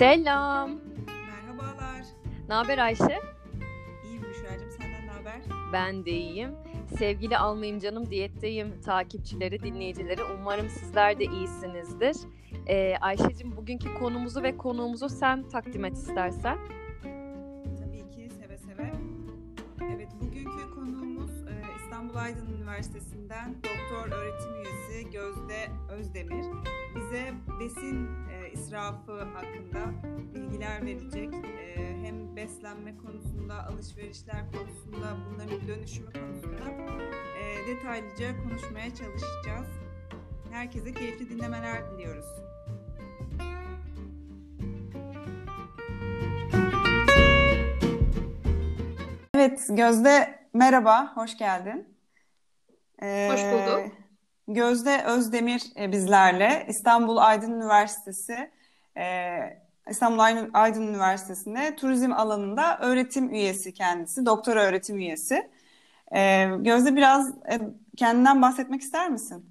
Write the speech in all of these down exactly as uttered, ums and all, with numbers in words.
Selam. Merhabalar. Ne haber Ayşe? İyiyim Büşra'cığım. Senden ne haber? Ben de iyiyim. Sevgili almayayım canım diyetteyim takipçileri, dinleyicileri. Umarım sizler de iyisinizdir. Ee, Ayşe'cim bugünkü konumuzu ve konuğumuzu sen takdim et istersen. Tabii ki seve seve. Evet, bugünkü konuğumuz e, İstanbul Aydın Üniversitesi'nden doktor öğretim üyesi Gözde Özdemir. Bize besin e, israfı hakkında bilgiler verecek. E, hem beslenme konusunda, alışverişler konusunda, bunların dönüşümü konusunda e, detaylıca konuşmaya çalışacağız. Herkese keyifli dinlemeler diliyoruz. Evet Gözde, merhaba, hoş geldin. Ee, Hoş bulduk. Gözde Özdemir e, bizlerle İstanbul Aydın Üniversitesi, e, İstanbul Aydın, Aydın Üniversitesi'nde turizm alanında öğretim üyesi kendisi, doktora öğretim üyesi. Ee, Gözde biraz e, kendinden bahsetmek ister misin?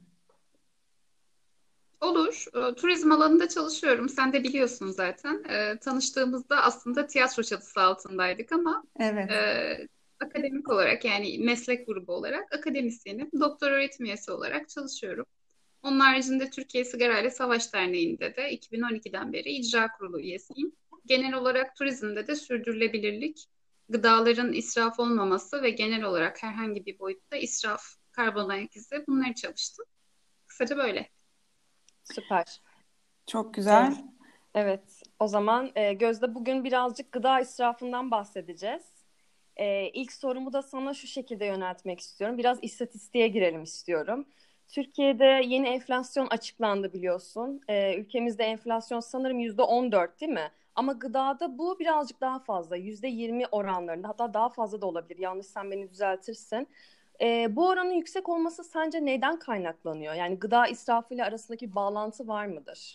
Olur. Ee, Turizm alanında çalışıyorum. Sen de biliyorsun zaten. Ee, tanıştığımızda aslında tiyatro çatısı altındaydık ama Evet. e, akademik olarak yani meslek grubu olarak akademisyenim. Doktor öğretim üyesi olarak çalışıyorum. Onun haricinde Türkiye Sigara ile Savaş Derneği'nde de iki bin on ikiden beri icra kurulu üyesiyim. Genel olarak turizmde de sürdürülebilirlik, gıdaların israf olmaması ve genel olarak herhangi bir boyutta israf, karbon ayak izi bunları çalıştım. Kısaca böyle. Süper. Çok güzel. Evet, evet. O zaman e, Gözde bugün birazcık gıda israfından bahsedeceğiz. E, ilk sorumu da sana şu şekilde yöneltmek istiyorum. Biraz istatistiğe girelim istiyorum. Türkiye'de yeni enflasyon açıklandı biliyorsun. E, ülkemizde enflasyon sanırım yüzde on dört değil mi? Ama gıdada bu birazcık daha fazla. yüzde yirmi oranlarında, hatta daha fazla da olabilir. Yanlışsam beni düzeltirsin. E, bu oranın yüksek olması sence neyden kaynaklanıyor? Yani gıda israfıyla arasındaki bir bağlantı var mıdır?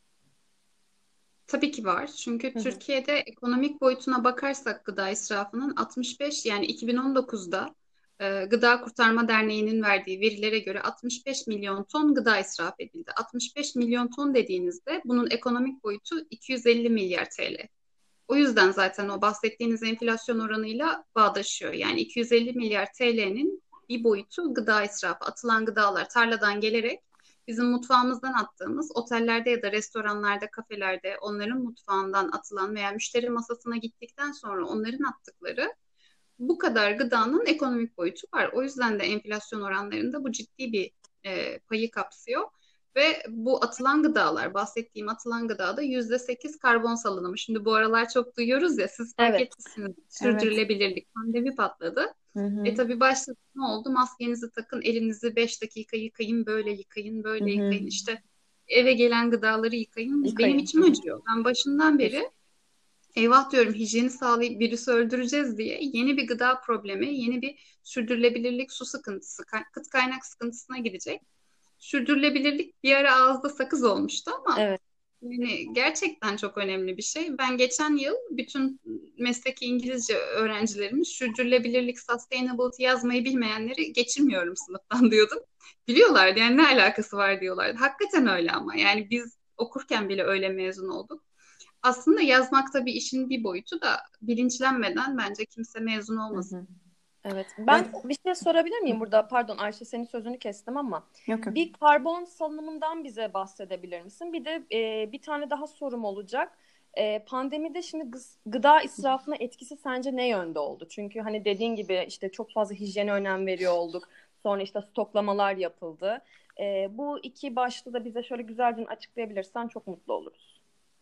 Tabii ki var. Çünkü Hı hı. Türkiye'de ekonomik boyutuna bakarsak gıda israfının altmış beş yani iki bin on dokuzda e, Gıda Kurtarma Derneği'nin verdiği verilere göre altmış beş milyon ton gıda israf edildi. altmış beş milyon ton dediğinizde bunun ekonomik boyutu iki yüz elli milyar T L. O yüzden zaten o bahsettiğiniz enflasyon oranıyla bağdaşıyor. Yani iki yüz elli milyar T L'nin bir boyutu gıda israfı. Atılan gıdalar tarladan gelerek bizim mutfağımızdan attığımız otellerde ya da restoranlarda, kafelerde onların mutfağından atılan veya müşteri masasına gittikten sonra onların attıkları bu kadar gıdanın ekonomik boyutu var. O yüzden de enflasyon oranlarında bu ciddi bir e, payı kapsıyor. Ve bu atılan gıdalar, bahsettiğim atılan gıdada yüzde sekiz karbon salınımı. Şimdi bu aralar çok duyuyoruz ya, siz fark Evet. etmişsiniz. Evet. Sürdürülebilirlik pandemi patladı. Hı hı. E tabii başladı, ne oldu? Maskenizi takın, elinizi beş dakika yıkayın, böyle yıkayın, Hı böyle hı. yıkayın. İşte eve gelen gıdaları yıkayın. Benim Yıkayın. içim acıyor. Ben başından Kesin. beri eyvah diyorum, hijyeni sağlayıp virüsü öldüreceğiz diye yeni bir gıda problemi, yeni bir sürdürülebilirlik su sıkıntısı, ka- kıt kaynak sıkıntısına gidecek. Sürdürülebilirlik bir ara ağızda sakız olmuştu ama Evet. yani gerçekten çok önemli bir şey. Ben geçen yıl bütün mesleki İngilizce öğrencilerimiz sürdürülebilirlik, sustainability yazmayı bilmeyenleri geçirmiyorum sınıftan diyordum. Biliyorlardı yani, ne alakası var diyorlardı. Hakikaten öyle ama yani biz okurken bile öyle mezun olduk. Aslında yazmakta bir işin bir boyutu da bilinçlenmeden bence kimse mezun Hı olmasın. hı. Evet. Evet. Ben bir şey sorabilir miyim burada? Pardon Ayşe, senin sözünü kestim ama Yok yok. bir karbon salınımından bize bahsedebilir misin? Bir de e, bir tane daha sorum olacak. E, pandemide şimdi gız- gıda israfına etkisi sence ne yönde oldu? Çünkü hani dediğin gibi işte çok fazla hijyene önem veriyor olduk. Sonra işte stoklamalar yapıldı. E, bu iki başlığı da bize şöyle güzelce açıklayabilirsen çok mutlu oluruz.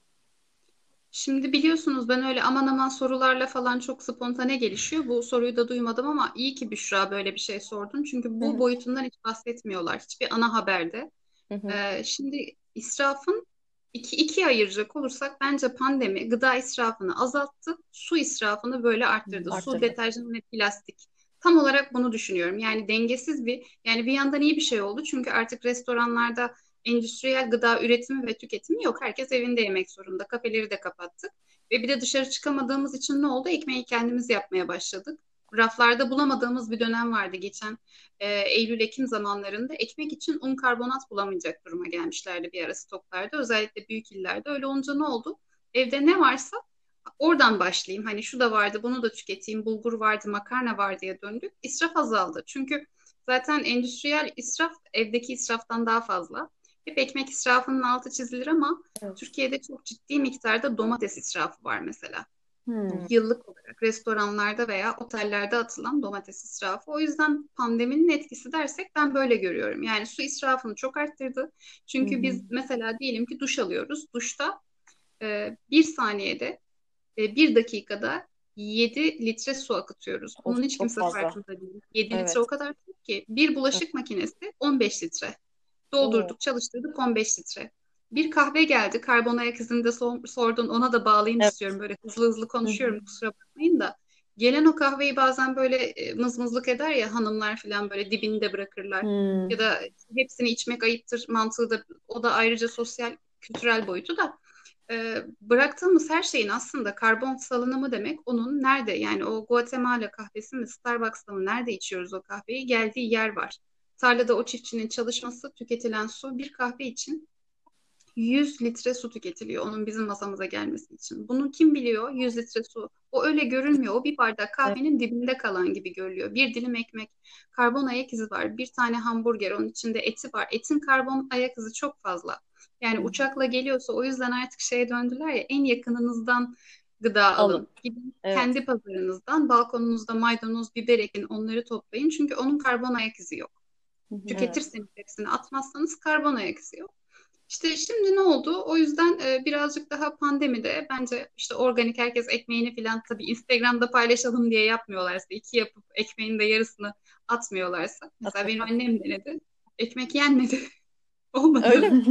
Şimdi biliyorsunuz ben öyle aman aman sorularla falan çok spontane gelişiyor. Bu soruyu da duymadım ama iyi ki Büşra böyle bir şey sordun. Çünkü Hı bu hı, boyutundan hiç bahsetmiyorlar. Hiçbir ana haberde. hı hı. Ee, şimdi israfın iki, ikiye ayıracak olursak bence pandemi gıda israfını azalttı. Su israfını böyle arttırdı. Su, Arttırdı. deterjan ve plastik. Tam olarak bunu düşünüyorum. Yani dengesiz bir, yani bir yandan iyi bir şey oldu. Çünkü artık restoranlarda endüstriyel gıda üretimi ve tüketimi yok. Herkes evinde yemek zorunda. Kafeleri de kapattık. Ve bir de dışarı çıkamadığımız için ne oldu? Ekmeği kendimiz yapmaya başladık. Raflarda bulamadığımız bir dönem vardı geçen e, Eylül-Ekim zamanlarında. Ekmek için un karbonat bulamayacak duruma gelmişlerdi bir ara stoklarda. Özellikle büyük illerde. Öyle olunca ne oldu? Evde ne varsa oradan başlayayım. Hani şu da vardı, bunu da tüketeyim. Bulgur vardı, makarna var diye döndük. İsraf azaldı. Çünkü zaten endüstriyel israf evdeki israftan daha fazla. Hep ekmek israfının altı çizilir ama Evet. Türkiye'de çok ciddi miktarda domates israfı var mesela. Hmm. Yıllık olarak restoranlarda veya otellerde atılan domates israfı. O yüzden pandeminin etkisi dersek ben böyle görüyorum. Yani su israfını çok arttırdı. Hı Çünkü hı. biz mesela diyelim ki duş alıyoruz. Duşta e, bir saniyede, e, bir dakikada yedi litre su akıtıyoruz. Of, Bunun hiç çok kimse fazla. farkında değil. yedi litre Evet. o kadar çok ki. Bir Evet. bulaşık makinesi on beş litre. Oo. Doldurduk, çalıştırdık on beş litre. Bir kahve geldi. Karbon ayak izini de sor- sordun. Ona da bağlayayım Evet. istiyorum. Böyle hızlı hızlı Hı hı. konuşuyorum. Kusura bakmayın da. Gelen o kahveyi bazen böyle e, mızmızlık eder ya hanımlar falan böyle dibinde bırakırlar. Hmm. Ya da hepsini içmek ayıptır mantığı da o da ayrıca sosyal kültürel boyutu da e, bıraktığımız her şeyin aslında karbon salınımı demek onun nerede yani o Guatemala kahvesi mi Starbucks'ta mı nerede içiyoruz o kahveyi geldiği yer var. Tarlada o çiftçinin çalışması tüketilen su bir kahve için yüz litre su tüketiliyor onun bizim masamıza gelmesi için. Bunu kim biliyor? yüz litre su. O öyle görülmüyor. O bir bardak Evet. kahvenin dibinde kalan gibi görülüyor. Bir dilim ekmek, karbon ayak izi var. Bir tane hamburger, onun içinde eti var. Etin karbon ayak izi çok fazla. Yani Hı hı. uçakla geliyorsa o yüzden artık şeye döndüler ya en yakınınızdan gıda Alın. alın. Gidin Evet. kendi pazarınızdan, balkonunuzda maydanoz, biber ekin onları toplayın. Çünkü onun karbon ayak izi yok. Hı hı. Evet. Tüketirseniz hepsini atmazsanız karbon ayak izi yok. İşte şimdi ne oldu? O yüzden e, birazcık daha pandemide bence işte organik herkes ekmeğini falan tabii Instagram'da paylaşalım diye yapmıyorlarsa, iki yapıp ekmeğin de yarısını atmıyorlarsa. Mesela benim Atıyorlar. annem denedi. Ekmek yenmedi. Olmadı. Öyle mi?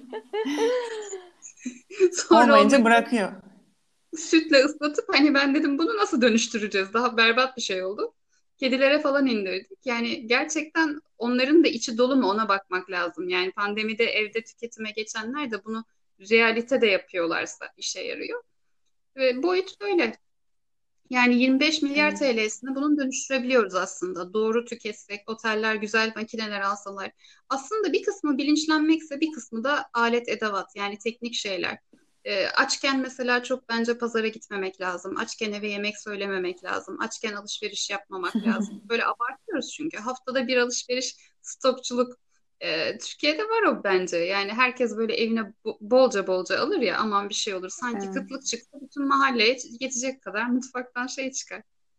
Sonra Olmayınca onu bırakıyor. sütle ıslatıp hani ben dedim bunu nasıl dönüştüreceğiz? Daha berbat bir şey oldu. Kedilere falan indirdik. Yani gerçekten onların da içi dolu mu ona bakmak lazım. Yani pandemide evde tüketime geçenler de bunu realite de yapıyorlarsa işe yarıyor. Ve boyut böyle. Yani yirmi beş milyar Evet. T L'sini bunun dönüştürebiliyoruz aslında. Doğru tüketsek, oteller güzel makineler alsalar. Aslında bir kısmı bilinçlenmekse bir kısmı da alet edevat yani teknik şeyler. Ee, açken mesela çok bence pazara gitmemek lazım. Açken eve yemek söylememek lazım. Açken alışveriş yapmamak lazım. Böyle abartıyoruz çünkü. Haftada bir alışveriş, stokçuluk. Ee, Türkiye'de var o bence. Yani herkes böyle evine bo- bolca bolca alır ya aman bir şey olur. Sanki Evet. kıtlık çıktı bütün mahalleye yetecek kadar mutfaktan şey çıkar.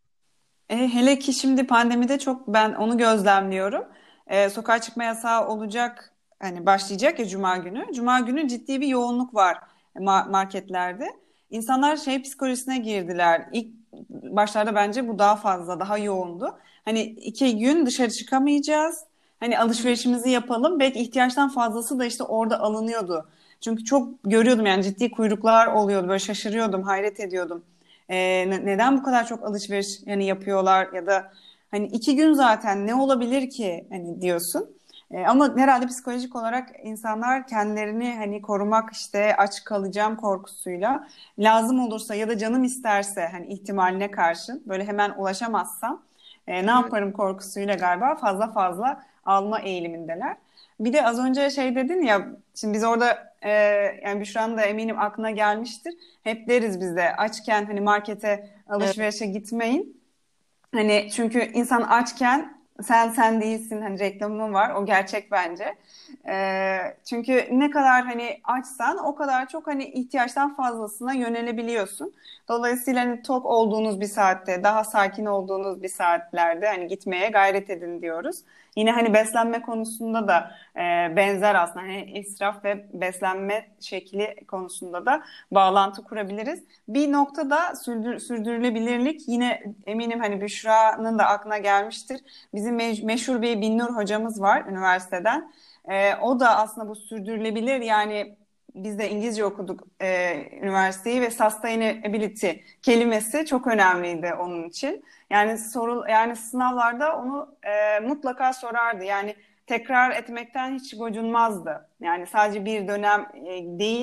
E, hele ki şimdi pandemide çok ben onu gözlemliyorum. E, sokağa çıkma yasağı olacak hani başlayacak ya Cuma günü. Cuma günü ciddi bir yoğunluk var ma- marketlerde. İnsanlar şey psikolojisine girdiler. İlk başlarda bence bu daha fazla, daha yoğundu. Hani iki gün dışarı çıkamayacağız. Hani Hı hı. alışverişimizi yapalım. Belki ihtiyaçtan fazlası da işte orada alınıyordu. Çünkü çok görüyordum yani ciddi kuyruklar oluyordu. Böyle şaşırıyordum, hayret ediyordum. Ee, ne- neden bu kadar çok alışveriş yani yapıyorlar ya da hani iki gün zaten ne olabilir ki hani diyorsun. Ee, ama herhalde psikolojik olarak insanlar kendilerini hani korumak işte aç kalacağım korkusuyla lazım olursa ya da canım isterse hani ihtimaline karşın böyle hemen ulaşamazsam e, ne Evet. yaparım korkusuyla galiba fazla fazla alma eğilimindeler. Bir de az önce şey dedin ya şimdi biz orada e, yani Büşra'nın da eminim aklına gelmiştir. Hep deriz biz de açken hani markete Evet. alışverişe gitmeyin. Hani çünkü insan açken sen sen değilsin hani reklamı var o gerçek bence. Ee, çünkü ne kadar hani açsan o kadar çok hani ihtiyaçtan fazlasına yönelebiliyorsun. Dolayısıyla hani tok olduğunuz bir saatte daha sakin olduğunuz bir saatlerde hani gitmeye gayret edin diyoruz. Yine hani beslenme konusunda da e, benzer aslında hani israf ve beslenme şekli konusunda da bağlantı kurabiliriz. Bir noktada sürdür, sürdürülebilirlik yine eminim hani Büşra'nın da aklına gelmiştir. Bizim me- meşhur bir Binnur hocamız var üniversiteden. Ee, o da aslında bu sürdürülebilir yani biz de İngilizce okuduk e, üniversiteyi ve sustainability kelimesi çok önemliydi onun için. Yani soru yani sınavlarda onu e, mutlaka sorardı. Yani tekrar etmekten hiç gocunmazdı. Yani sadece bir dönem e, değil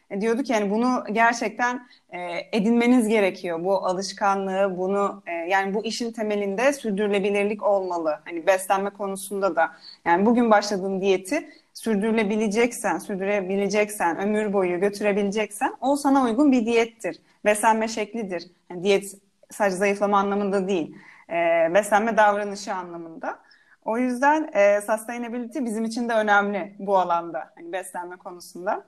E, diyordu ki yani bunu gerçekten e, edinmeniz gerekiyor. Bu alışkanlığı, bunu e, yani bu işin temelinde sürdürülebilirlik olmalı. Hani beslenme konusunda da yani bugün başladığın diyeti sürdürülebileceksen, sürdürebileceksen, ömür boyu götürebileceksen o sana uygun bir diyettir. Beslenme şeklidir. Yani diyet sadece zayıflama anlamında değil. E, beslenme davranışı anlamında. O yüzden e, sustainability bizim için de önemli bu alanda. Hani beslenme konusunda.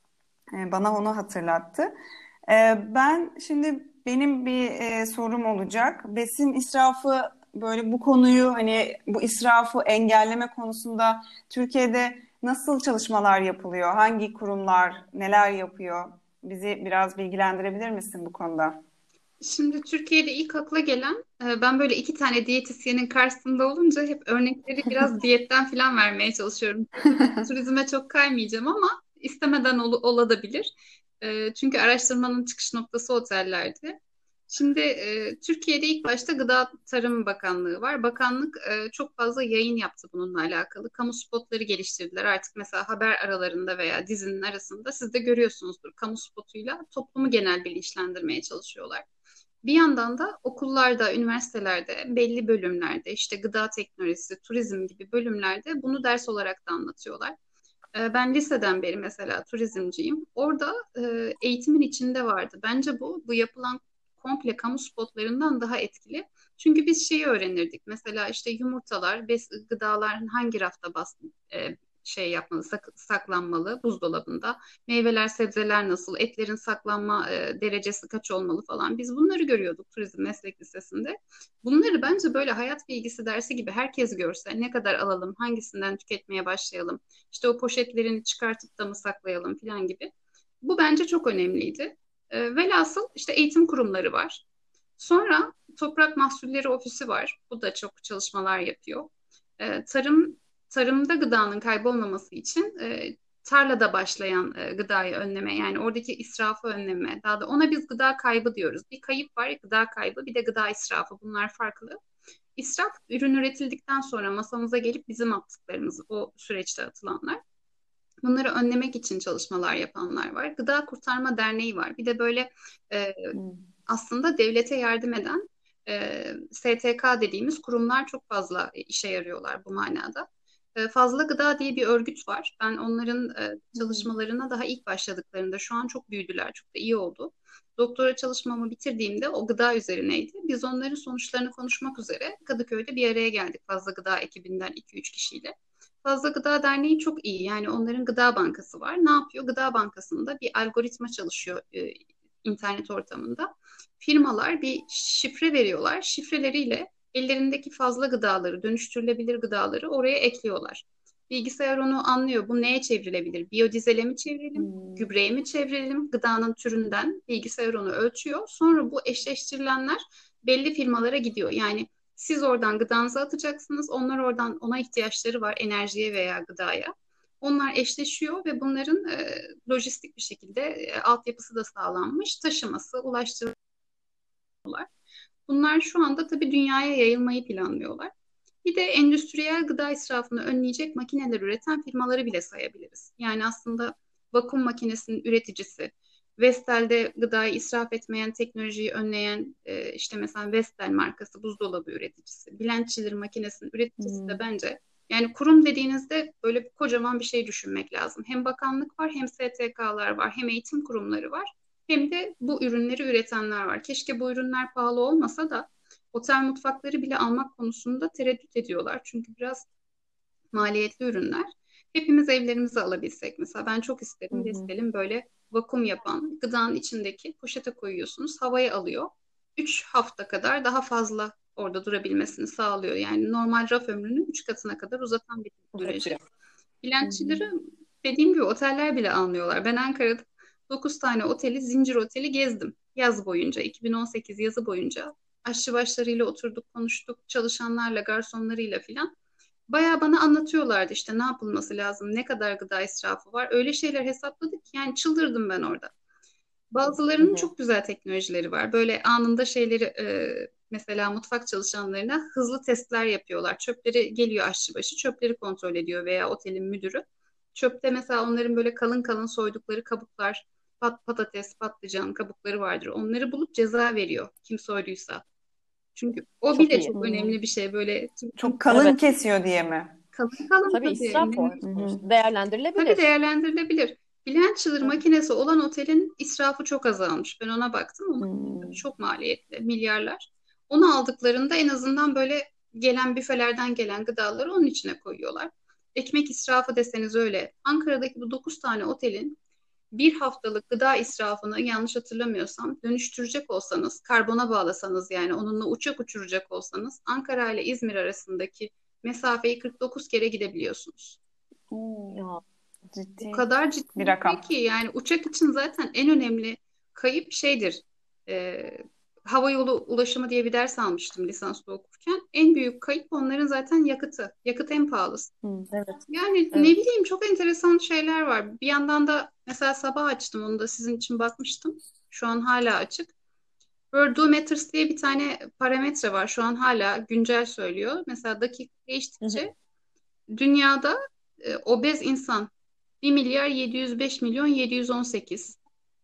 E, bana onu hatırlattı. E, ben şimdi benim bir e, sorum olacak. Besin israfı böyle bu konuyu hani bu israfı engelleme konusunda Türkiye'de nasıl çalışmalar yapılıyor? Hangi kurumlar neler yapıyor? Bizi biraz bilgilendirebilir misin bu konuda? Şimdi Türkiye'de ilk akla gelen, e, ben böyle iki tane diyetisyenin karşısında olunca hep örnekleri biraz diyetten falan vermeye çalışıyorum. Turizme çok kaymayacağım ama istemeden ol, olabilir. E, çünkü araştırmanın çıkış noktası otellerdi. Şimdi e, Türkiye'de ilk başta Gıda Tarım Bakanlığı var. Bakanlık e, çok fazla yayın yaptı bununla alakalı. Kamu spotları geliştirdiler. Artık mesela haber aralarında veya dizinin arasında siz de görüyorsunuzdur. Kamu spotuyla toplumu genel bilinçlendirmeye çalışıyorlar. Bir yandan da okullarda, üniversitelerde, belli bölümlerde işte gıda teknolojisi, turizm gibi bölümlerde bunu ders olarak da anlatıyorlar. Ee, Ben liseden beri mesela turizmciyim. Orada e, eğitimin içinde vardı. Bence bu bu yapılan komple kamu spotlarından daha etkili. Çünkü biz şeyi öğrenirdik. Mesela işte yumurtalar, bes, gıdaların hangi rafta bas, e, şey yapmalı, sak- saklanmalı buzdolabında. Meyveler, sebzeler nasıl, etlerin saklanma e, derecesi kaç olmalı falan. Biz bunları görüyorduk turizm meslek lisesinde. Bunları bence böyle hayat bilgisi dersi gibi herkes görse ne kadar alalım, hangisinden tüketmeye başlayalım, işte o poşetlerini çıkartıp da mı saklayalım falan gibi. Bu bence çok önemliydi. E, velhasıl işte eğitim kurumları var. Sonra Toprak Mahsulleri Ofisi var. Bu da çok çalışmalar yapıyor. E, tarım tarımda gıdanın kaybolmaması için e, tarlada başlayan e, gıdayı önleme, yani oradaki israfı önleme. Daha da ona biz gıda kaybı diyoruz. Bir kayıp var, gıda kaybı, bir de gıda israfı. Bunlar farklı. İsraf ürün üretildikten sonra masamıza gelip bizim attıklarımız, o süreçte atılanlar. Bunları önlemek için çalışmalar yapanlar var. Gıda Kurtarma Derneği var. Bir de böyle e, Hmm. aslında devlete yardım eden e, S T K dediğimiz kurumlar çok fazla işe yarıyorlar bu manada. E, Fazla Gıda diye bir örgüt var. Ben onların e, Hmm. çalışmalarına daha ilk başladıklarında, şu an çok büyüdüler, çok da iyi oldu. Doktora çalışmamı bitirdiğimde o gıda üzerineydi. Biz onların sonuçlarını konuşmak üzere Kadıköy'de bir araya geldik, Fazla Gıda ekibinden iki üç kişiyle. Fazla Gıda Derneği çok iyi. Yani onların gıda bankası var. Ne yapıyor? Gıda bankasında bir algoritma çalışıyor e, internet ortamında. Firmalar bir şifre veriyorlar. Şifreleriyle ellerindeki fazla gıdaları, dönüştürülebilir gıdaları oraya ekliyorlar. Bilgisayar onu anlıyor. Bu neye çevrilebilir? Biyodizele mi çevirelim? Hmm. Gübreye mi çevirelim? Gıdanın türünden bilgisayar onu ölçüyor. Sonra bu eşleştirilenler belli firmalara gidiyor. Yani siz oradan gıdanızı atacaksınız. Onlar oradan, ona ihtiyaçları var enerjiye veya gıdaya. Onlar eşleşiyor ve bunların e, lojistik bir şekilde e, altyapısı da sağlanmış. Taşıması, ulaştırılıyorlar. Bunlar şu anda tabii dünyaya yayılmayı planlıyorlar. Bir de endüstriyel gıda israfını önleyecek makineler üreten firmaları bile sayabiliriz. Yani aslında vakum makinesinin üreticisi, Vestel'de gıdayı israf etmeyen teknolojiyi önleyen e, işte mesela Vestel markası buzdolabı üreticisi, blendçiler makinesinin üreticisi de Hmm. bence, yani kurum dediğinizde böyle kocaman bir şey düşünmek lazım. Hem bakanlık var, hem S T K'lar var, hem eğitim kurumları var, hem de bu ürünleri üretenler var. Keşke bu ürünler pahalı olmasa da otel mutfakları bile almak konusunda tereddüt ediyorlar. Çünkü biraz maliyetli ürünler. Hepimiz evlerimize alabilsek. Mesela ben çok Hı isterim. hı. Vestel'in böyle vakum yapan, gıdanın içindeki poşete koyuyorsunuz, havaya alıyor. Üç hafta kadar daha fazla orada durabilmesini sağlıyor. Yani normal raf ömrünün üç katına kadar uzatan bir teknoloji. Uzatıyor. Hı hı. Bilançoları dediğim gibi oteller bile almıyorlar. Ben Ankara'da dokuz tane oteli, zincir oteli gezdim. Yaz boyunca, iki bin on sekiz yazı boyunca. Aşçıbaşlarıyla oturduk, konuştuk. Çalışanlarla, garsonlarıyla filan. Bayağı bana anlatıyorlardı işte ne yapılması lazım, ne kadar gıda israfı var. Öyle şeyler hesapladık ki yani çıldırdım ben orada. Hı Bazılarının hı. çok güzel teknolojileri var. Böyle anında şeyleri e, mesela mutfak çalışanlarına hızlı testler yapıyorlar. Çöpleri geliyor, aşçıbaşı çöpleri kontrol ediyor veya otelin müdürü. Çöpte mesela onların böyle kalın kalın soydukları kabuklar, pat, patates, patlıcan kabukları vardır. Onları bulup ceza veriyor kim soyduysa. Çünkü o Çok bile iyi. çok Hmm. önemli bir şey. Böyle Çok kalın Evet. kesiyor diye mi? kalın kalın Tabii tabii. israf o. Ne- Hı hı. Sonuçta Tabii değerlendirilebilir. değerlendirilebilir. Bülent Çılır Hı. makinesi olan otelin israfı çok azalmış. Ben ona baktım. O Hmm. tabii çok maliyetli, milyarlar. Onu aldıklarında en azından böyle gelen büfelerden gelen gıdaları onun içine koyuyorlar. Ekmek israfı deseniz öyle. Ankara'daki bu dokuz tane otelin bir haftalık gıda israfını yanlış hatırlamıyorsam dönüştürecek olsanız, karbona bağlasanız yani onunla uçak uçuracak olsanız Ankara ile İzmir arasındaki mesafeyi kırk dokuz kere gidebiliyorsunuz. Oo, Ya, O ciddi kadar ciddi bir bir şey rakam. ki yani uçak için zaten en önemli kayıp şeydir. Ee, hava yolu ulaşımı diye bir ders almıştım lisanslı okurken. En büyük kayıp onların zaten yakıtı. Yakıt en pahalısı. Hmm. evet, Yani ne evet. bileyim çok enteresan şeyler var. Bir yandan da mesela sabah açtım onu da sizin için bakmıştım. Şu an hala açık. Worldometers diye bir tane parametre var. Şu an hala güncel söylüyor. Mesela dakika Hı hı. geçtikçe dünyada e, obez insan bir milyar yedi yüz beş milyon yedi yüz on sekiz,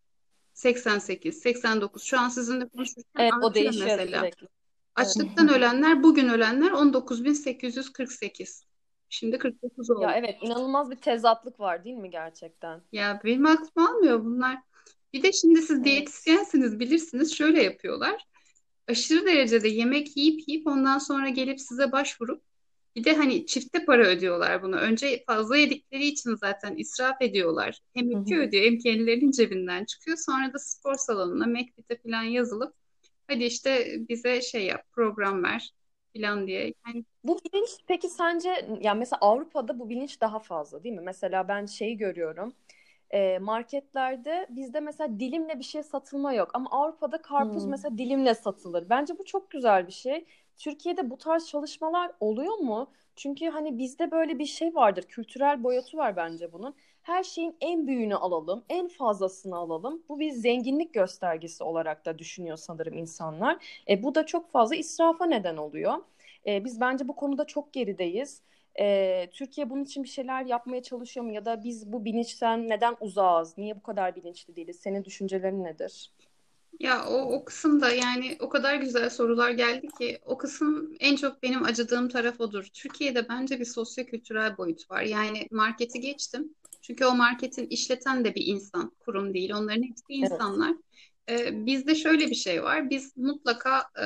seksen sekiz, seksen dokuz. Şu an sizinle konuşurken Evet, o artıyor değişiyor mesela. sürekli. Evet. Açlıktan ölenler, bugün ölenler on dokuz bin sekiz yüz kırk sekiz. Şimdi kırk dokuz Ya oldu. evet, inanılmaz bir tezatlık var değil mi gerçekten? Ya benim aklım almıyor bunlar. Bir de şimdi siz Evet. diyetisyensiniz bilirsiniz şöyle yapıyorlar. Aşırı derecede yemek yiyip yiyip ondan sonra gelip size başvurup bir de hani çifte para ödüyorlar bunu. Önce fazla yedikleri için zaten israf ediyorlar. Hem Hı ülke hı. ödüyor hem kendilerinin cebinden çıkıyor. Sonra da spor salonuna, McFit'e falan yazılıp hadi işte bize şey yap, program ver falan diye. Yani Bu bilinç peki sence, ya mesela Avrupa'da bu bilinç daha fazla değil mi? Mesela ben şeyi görüyorum. E, marketlerde bizde mesela dilimle bir şey satılma yok. Ama Avrupa'da karpuz Hmm. mesela dilimle satılır. Bence bu çok güzel bir şey. Türkiye'de bu tarz çalışmalar oluyor mu? Çünkü hani bizde böyle bir şey vardır. Kültürel boyutu var bence bunun. Her şeyin en büyüğünü alalım, en fazlasını alalım. Bu bir zenginlik göstergesi olarak da düşünüyor sanırım insanlar. E, bu da çok fazla israfa neden oluyor. E, biz bence bu konuda çok gerideyiz. Ee, Türkiye bunun için bir şeyler yapmaya çalışıyor mu? Ya da biz bu bilinçten neden uzağız? Niye bu kadar bilinçli değiliz? Senin düşüncelerin nedir? ya o, o kısımda yani o kadar güzel sorular geldi ki o kısım en çok benim acıdığım taraf odur. Türkiye'de bence bir sosyo-kültürel boyut var. Yani marketi geçtim. Çünkü o marketin işleten de bir insan, kurum değil. Onların hepsi Evet. insanlar. Ee, bizde şöyle bir şey var. Biz mutlaka e,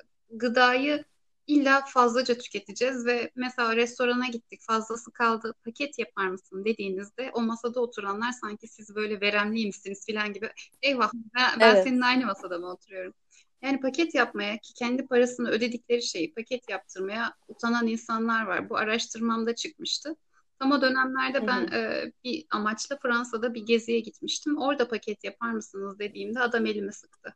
gıdayı illa fazlaca tüketeceğiz ve mesela restorana gittik fazlası kaldı paket yapar mısın dediğinizde o masada oturanlar sanki siz böyle veremliymişsiniz falan gibi. Eyvah ben, ben Evet. senin aynı masada mı oturuyorum? Yani paket yapmaya ki kendi parasını ödedikleri şeyi paket yaptırmaya utanan insanlar var. Bu araştırmamda çıkmıştı. Tam o Hı dönemlerde ben hı. e, bir amaçla Fransa'da bir geziye gitmiştim. Orada paket yapar mısınız dediğimde adam elimi sıktı.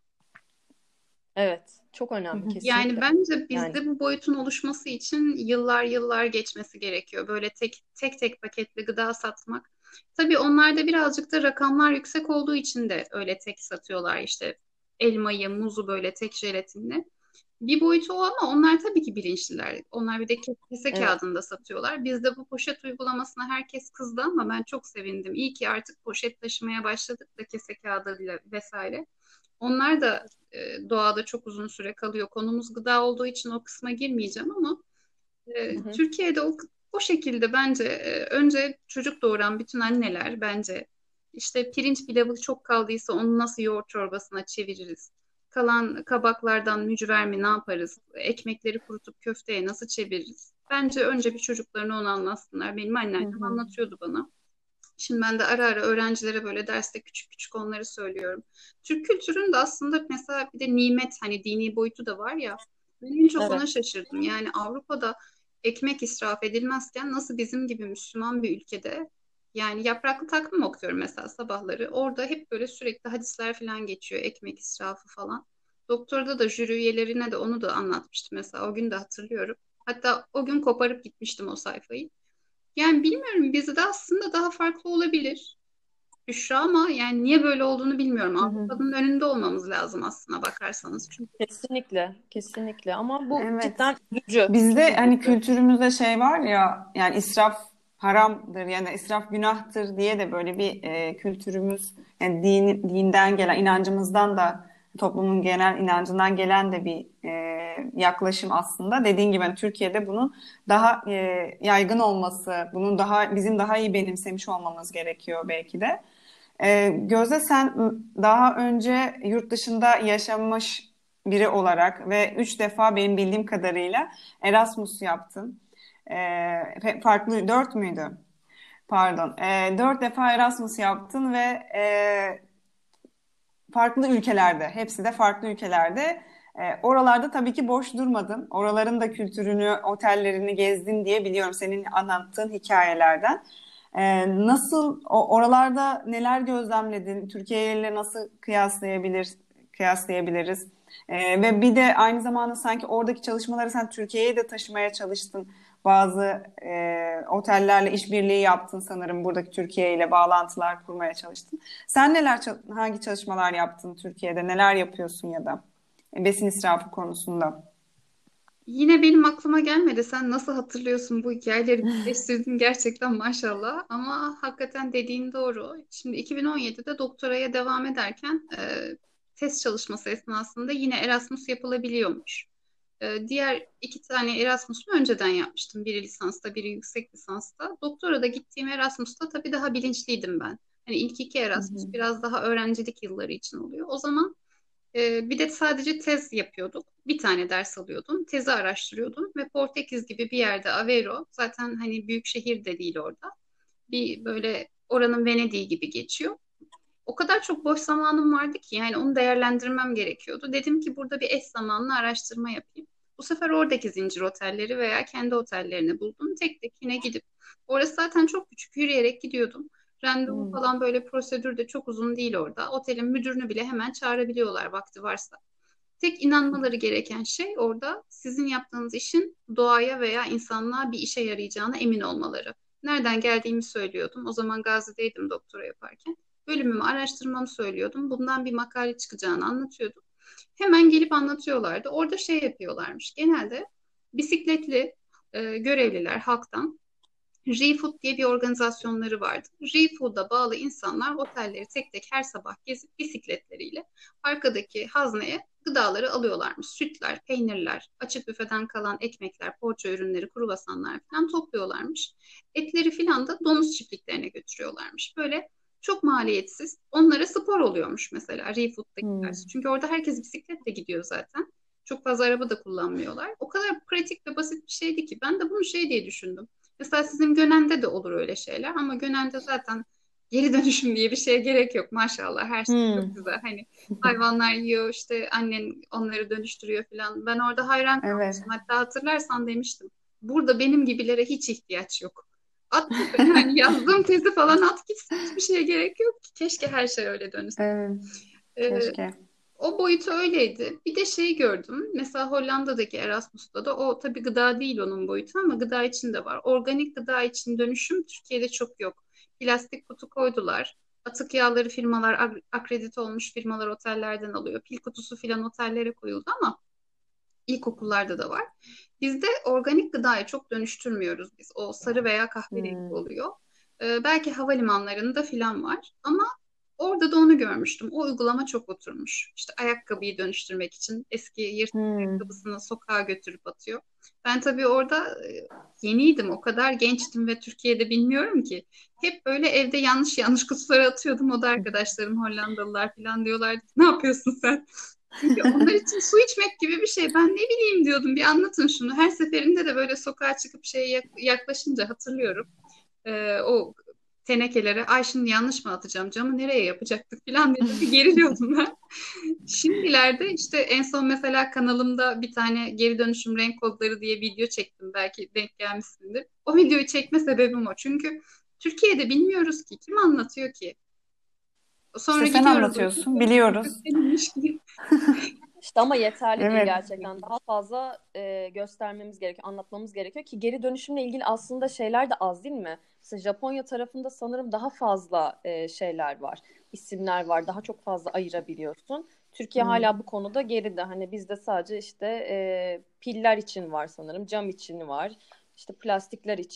Evet. Çok Hı önemli hı. Yani kesinlikle. bence Yani bizde bu boyutun oluşması için yıllar yıllar geçmesi gerekiyor. Böyle tek tek tek paketli gıda satmak. Tabii onlarda birazcık da rakamlar yüksek olduğu için de öyle tek satıyorlar işte elmayı, muzu böyle tek jelatinle. Bir boyutu o ama onlar tabii ki bilinçliler. Onlar bir de ke- kese evet. kağıdında satıyorlar. Bizde bu poşet uygulamasına herkes kızdı ama ben çok sevindim. İyi ki artık poşet taşımaya başladık da kese kağıdıyla vesaire. Onlar da e, doğada çok uzun süre kalıyor. Konumuz gıda olduğu için o kısma girmeyeceğim ama Hı e, hı. Türkiye'de o, o şekilde bence e, önce çocuk doğuran bütün anneler bence işte pirinç pilavı çok kaldıysa onu nasıl yoğurt çorbasına çeviririz? Kalan kabaklardan mücver mi ne yaparız? Ekmekleri kurutup köfteye nasıl çeviririz? Bence önce bir çocuklarına onu anlatsınlar. Benim Hı anneannem hı. anlatıyordu bana. Şimdi ben de ara ara öğrencilere böyle derste küçük küçük onları söylüyorum. Türk kültürünün de aslında mesela bir de nimet hani dini boyutu da var ya. Ben en çok ona Evet. şaşırdım. Yani Avrupa'da ekmek israf edilmezken nasıl bizim gibi Müslüman bir ülkede yani yapraklı takvim okuyorum mesela sabahları. Orada hep böyle sürekli hadisler falan geçiyor ekmek israfı falan. Doktorda da jüri üyelerine de onu da anlatmıştım mesela o gün de hatırlıyorum. Hatta o gün koparıp gitmiştim o sayfayı. Yani bilmiyorum bizde aslında daha farklı olabilir. Büşra ama yani niye böyle olduğunu bilmiyorum. Hı hı. Avrupa'nın önünde olmamız lazım aslına bakarsanız. Çünkü Kesinlikle. Kesinlikle. Ama bu Evet. cidden üzücü. Bizde Çok hani üzücü. kültürümüzde şey var ya yani israf haramdır yani israf günahtır diye de böyle bir e, kültürümüz yani din, dinden gelen inancımızdan da toplumun genel inancından gelen de bir e, yaklaşım aslında. Dediğin gibi hani Türkiye'de bunun daha e, yaygın olması, bunun daha bizim daha iyi benimsemiş olmamız gerekiyor belki de. E, Gözde sen daha önce yurt dışında yaşamış biri olarak ve üç defa benim bildiğim kadarıyla Erasmus yaptın. E, farklı dört müydü? Pardon. E, dört defa Erasmus yaptın ve e, farklı ülkelerde, hepsi de farklı ülkelerde. E, oralarda tabii ki boş durmadın. Oraların da kültürünü, otellerini gezdin diye biliyorum senin anlattığın hikayelerden. E, nasıl, o, oralarda neler gözlemledin? Türkiye ile nasıl kıyaslayabilir, kıyaslayabiliriz? E, ve bir de aynı zamanda sanki oradaki çalışmaları sen Türkiye'ye de taşımaya çalıştın. Bazı e, otellerle işbirliği yaptın sanırım. Buradaki Türkiye ile bağlantılar kurmaya çalıştın. Sen neler, hangi çalışmalar yaptın Türkiye'de? Neler yapıyorsun ya da e, besin israfı konusunda? Yine benim aklıma gelmedi. Sen nasıl hatırlıyorsun bu hikayeleri birleştirdin gerçekten maşallah. Ama hakikaten dediğin doğru. Şimdi iki bin on yedide doktoraya devam ederken e, test çalışması esnasında yine Erasmus yapılabiliyormuş. E, diğer iki tane Erasmus'u önceden yapmıştım. Biri lisansta, biri yüksek lisansta. Doktora da gittiğim Erasmus'ta tabii daha bilinçliydim ben. Hani ilk iki Hı Erasmus hı. biraz daha öğrencilik yılları için oluyor. O zaman ee, bir de sadece tez yapıyorduk. Bir tane ders alıyordum. Tezi araştırıyordum ve Portekiz gibi bir yerde Aveiro zaten hani büyük şehir de değil orada. Bir böyle oranın Venedik'i gibi geçiyor. O kadar çok boş zamanım vardı ki yani onu değerlendirmem gerekiyordu. Dedim ki burada bir eş zamanlı araştırma yapayım. Bu sefer oradaki zincir otelleri veya kendi otellerini buldum. Tek tek yine gidip orası zaten çok küçük yürüyerek gidiyordum. Randevu Hı. falan böyle prosedür de çok uzun değil orada. Otelin müdürünü bile hemen çağırabiliyorlar vakti varsa. Tek inanmaları gereken şey orada sizin yaptığınız işin doğaya veya insanlığa bir işe yarayacağına emin olmaları. Nereden geldiğimi söylüyordum. O zaman Gazi'deydim doktora yaparken. Bölümümü, araştırmamı söylüyordum. Bundan bir makale çıkacağını anlatıyordum. Hemen gelip anlatıyorlardı. Orada şey yapıyorlarmış. Genelde bisikletli e, görevliler halktan ReFood diye bir organizasyonları vardı. ReFood'a bağlı insanlar otelleri tek tek her sabah gezip bisikletleriyle arkadaki hazneye gıdaları alıyorlarmış. Sütler, peynirler, açık büfeden kalan ekmekler, poğaça ürünleri, kruvasanlar falan topluyorlarmış. Etleri falan da domuz çiftliklerine götürüyorlarmış. Böyle çok maliyetsiz. Onlara spor oluyormuş mesela Hı. ReFood'dakiler. Çünkü orada herkes bisikletle gidiyor zaten. Çok fazla araba da kullanmıyorlar. O kadar pratik ve basit bir şeydi ki ben de bunu şey diye düşündüm. Mesela sizin Gönen'de de olur öyle şeyler ama Gönen'de zaten geri dönüşüm diye bir şeye gerek yok maşallah her şey Hı. çok güzel. Hani hayvanlar yiyor işte annen onları dönüştürüyor falan. Ben orada hayran Evet. kalmıştım. Hatta hatırlarsan demiştim. Burada benim gibilere hiç ihtiyaç yok. At yani yazdığım tezi falan at gitsin hiçbir şeye gerek yok ki. Keşke her şey öyle dönüşse. Evet. Ee, Keşke. O boyutu öyleydi. Bir de şey gördüm. Mesela Hollanda'daki Erasmus'ta da o tabii gıda değil onun boyutu ama gıda için de var. Organik gıda için dönüşüm Türkiye'de çok yok. Plastik kutu koydular. Atık yağları firmalar, ak- akredite olmuş firmalar otellerden alıyor. Pil kutusu filan otellere koyuldu ama ilkokullarda da var. Bizde organik gıdayı çok dönüştürmüyoruz biz. O sarı veya kahverengi Hı. oluyor. Ee, belki havalimanlarında filan var ama orada da onu görmüştüm. O uygulama çok oturmuş. İşte ayakkabıyı dönüştürmek için eski yırtık Hı. ayakkabısını sokağa götürüp atıyor. Ben tabii orada e, yeniydim. O kadar gençtim ve Türkiye'de bilmiyorum ki. Hep böyle evde yanlış yanlış kutulara atıyordum. O da arkadaşlarım Hollandalılar falan diyorlardı. Ne yapıyorsun sen? Çünkü onlar için su içmek gibi bir şey. Ben ne bileyim diyordum. Bir anlatın şunu. Her seferinde de böyle sokağa çıkıp şeye yaklaşınca hatırlıyorum. Ee, o tenekelere ay şimdi yanlış mı atacağım camı nereye yapacaktık falan diye bir geriliyordum ben. Şimdilerde işte en son mesela kanalımda bir tane geri dönüşüm renk kodları diye video çektim. Belki denk gelmişsindir. O videoyu çekme sebebim o. Çünkü Türkiye'de bilmiyoruz ki. Kim anlatıyor ki? İşte Sonra sen gidiyoruz. anlatıyorsun, biliyoruz. Benimmiş gibi. İşte ama yeterli değil Evet. gerçekten. Daha fazla e, göstermemiz gerekiyor, anlatmamız gerekiyor ki geri dönüşümle ilgili aslında şeyler de az değil mi? Mesela Japonya tarafında sanırım daha fazla e, şeyler var, isimler var. Daha çok fazla ayırabiliyorsun. Türkiye Hı. hala bu konuda geride. Hani bizde sadece işte e, piller için var sanırım, cam için var, işte plastikler için.